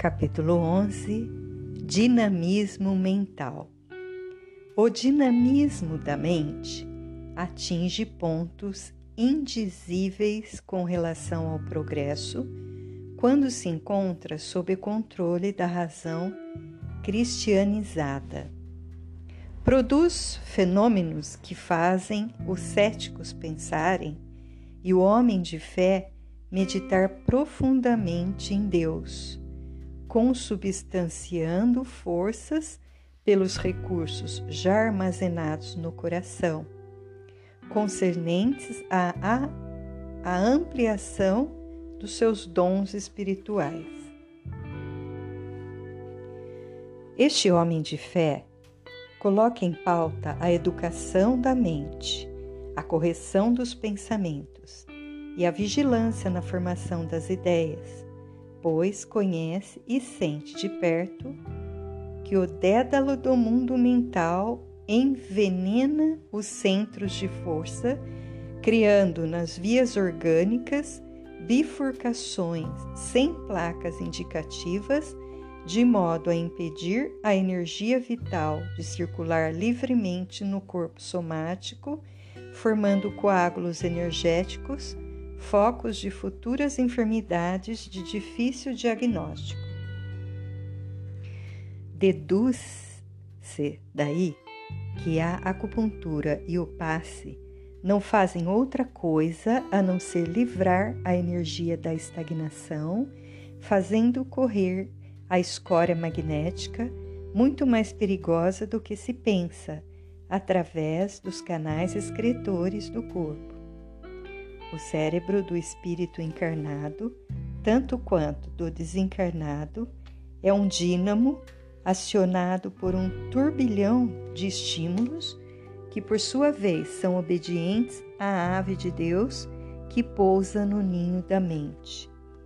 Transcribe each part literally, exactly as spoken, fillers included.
Capítulo onze. Dinamismo mental. O dinamismo da mente atinge pontos indizíveis com relação ao progresso quando se encontra sob o controle da razão cristianizada. Produz fenômenos que fazem os céticos pensarem e o homem de fé meditar profundamente em Deus, consubstanciando forças pelos recursos já armazenados no coração, concernentes à, à, à ampliação dos seus dons espirituais. Este homem de fé coloca em pauta a educação da mente, a correção dos pensamentos e a vigilância na formação das ideias, pois conhece e sente de perto que o dédalo do mundo mental envenena os centros de força, criando nas vias orgânicas bifurcações sem placas indicativas, de modo a impedir a energia vital de circular livremente no corpo somático, formando coágulos energéticos, focos de futuras enfermidades de difícil diagnóstico. Deduz-se daí que a acupuntura e o passe não fazem outra coisa a não ser livrar a energia da estagnação, fazendo correr a escória magnética, muito mais perigosa do que se pensa, através dos canais excretores do corpo. O cérebro do espírito encarnado, tanto quanto do desencarnado, é um dínamo acionado por um turbilhão de estímulos que, por sua vez, são obedientes à ave de Deus que pousa no ninho da mente.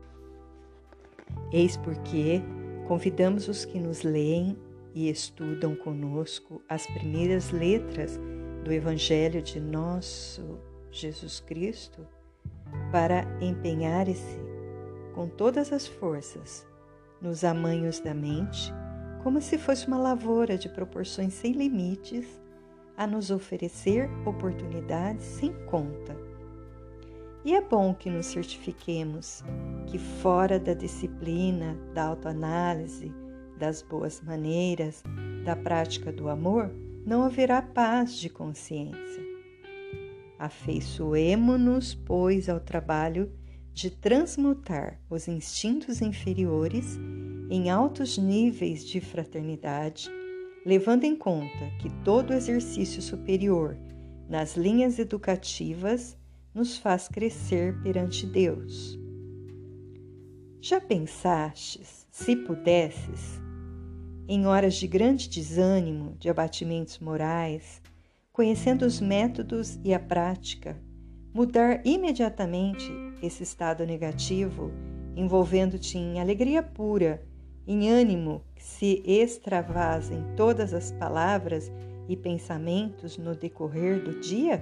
Eis porque convidamos os que nos leem e estudam conosco as primeiras letras do Evangelho de nosso Jesus Cristo para empenhar-se com todas as forças nos amanhos da mente, como se fosse uma lavoura de proporções sem limites, a nos oferecer oportunidades sem conta. E é bom que nos certifiquemos que fora da disciplina, da autoanálise, das boas maneiras, da prática do amor, não haverá paz de consciência. Afeiçoemo-nos, pois, ao trabalho de transmutar os instintos inferiores em altos níveis de fraternidade, levando em conta que todo exercício superior nas linhas educativas nos faz crescer perante Deus. Já pensastes, se pudesses, em horas de grande desânimo, de abatimentos morais, conhecendo os métodos e a prática, mudar imediatamente esse estado negativo, envolvendo-te em alegria pura, em ânimo que se extravasem todas as palavras e pensamentos no decorrer do dia?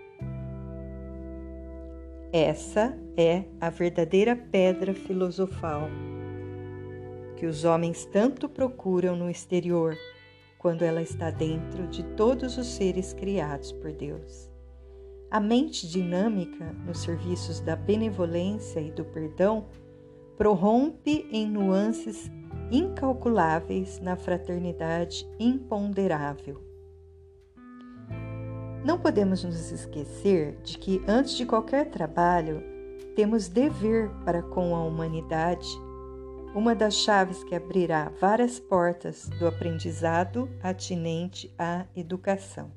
Essa é a verdadeira pedra filosofal que os homens tanto procuram no exterior, quando ela está dentro de todos os seres criados por Deus. A mente dinâmica nos serviços da benevolência e do perdão prorrompe em nuances incalculáveis na fraternidade imponderável. Não podemos nos esquecer de que, antes de qualquer trabalho, temos dever para com a humanidade, uma das chaves que abrirá várias portas do aprendizado atinente à educação.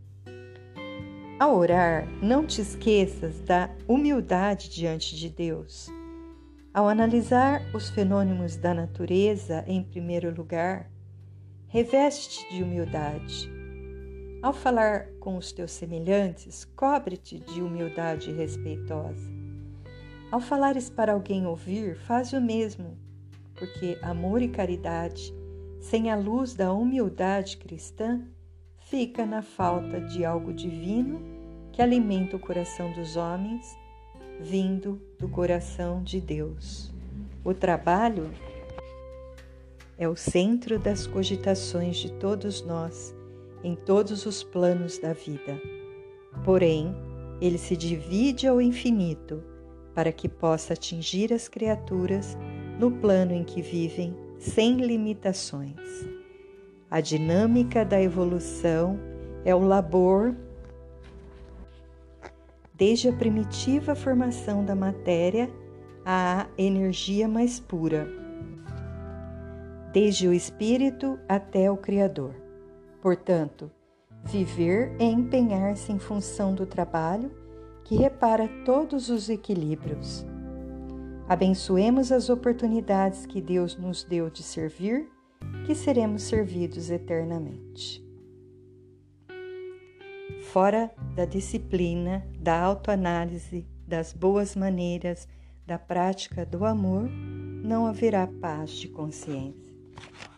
Ao orar, não te esqueças da humildade diante de Deus. Ao analisar os fenômenos da natureza, em primeiro lugar, reveste-te de humildade. Ao falar com os teus semelhantes, cobre-te de humildade respeitosa. Ao falares para alguém ouvir, faz o mesmo, porque amor e caridade, sem a luz da humildade cristã, fica na falta de algo divino que alimenta o coração dos homens, vindo do coração de Deus. O trabalho é o centro das cogitações de todos nós, em todos os planos da vida. Porém, ele se divide ao infinito para que possa atingir as criaturas no plano em que vivem sem limitações. A dinâmica da evolução é o labor desde a primitiva formação da matéria à energia mais pura, desde o espírito até o Criador. Portanto, viver é empenhar-se em função do trabalho que repara todos os equilíbrios. Abençoemos as oportunidades que Deus nos deu de servir, que seremos servidos eternamente. Fora da disciplina, da autoanálise, das boas maneiras, da prática do amor, não haverá paz de consciência.